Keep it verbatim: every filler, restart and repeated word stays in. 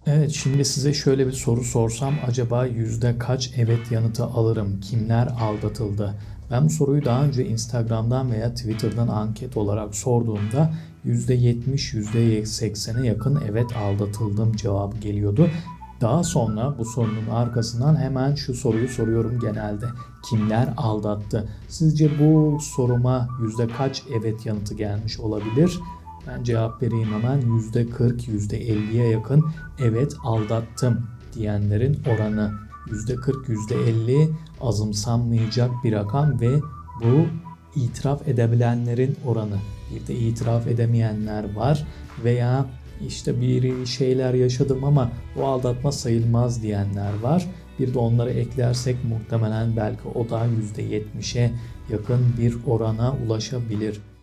Evet, şimdi size şöyle bir soru sorsam acaba yüzde kaç evet yanıtı alırım? Kimler aldatıldı? Ben bu soruyu daha önce Instagram'dan veya Twitter'dan anket olarak sorduğumda yüzde yetmiş yüzde seksene yakın evet aldatıldım cevabı geliyordu. Daha sonra bu sorunun arkasından hemen şu soruyu soruyorum genelde. Kimler aldattı? Sizce bu soruma yüzde kaç evet yanıtı gelmiş olabilir? Ben cevap vereyim hemen. yüzde kırk yüzde elliye yakın evet aldattım diyenlerin oranı. yüzde kırk yüzde elli azımsanmayacak bir rakam ve bu itiraf edebilenlerin oranı. Bir de itiraf edemeyenler var veya işte bir şeyler yaşadım ama o aldatma sayılmaz diyenler var. Bir de onları eklersek muhtemelen belki o da yüzde yetmişe yakın bir orana ulaşabilir.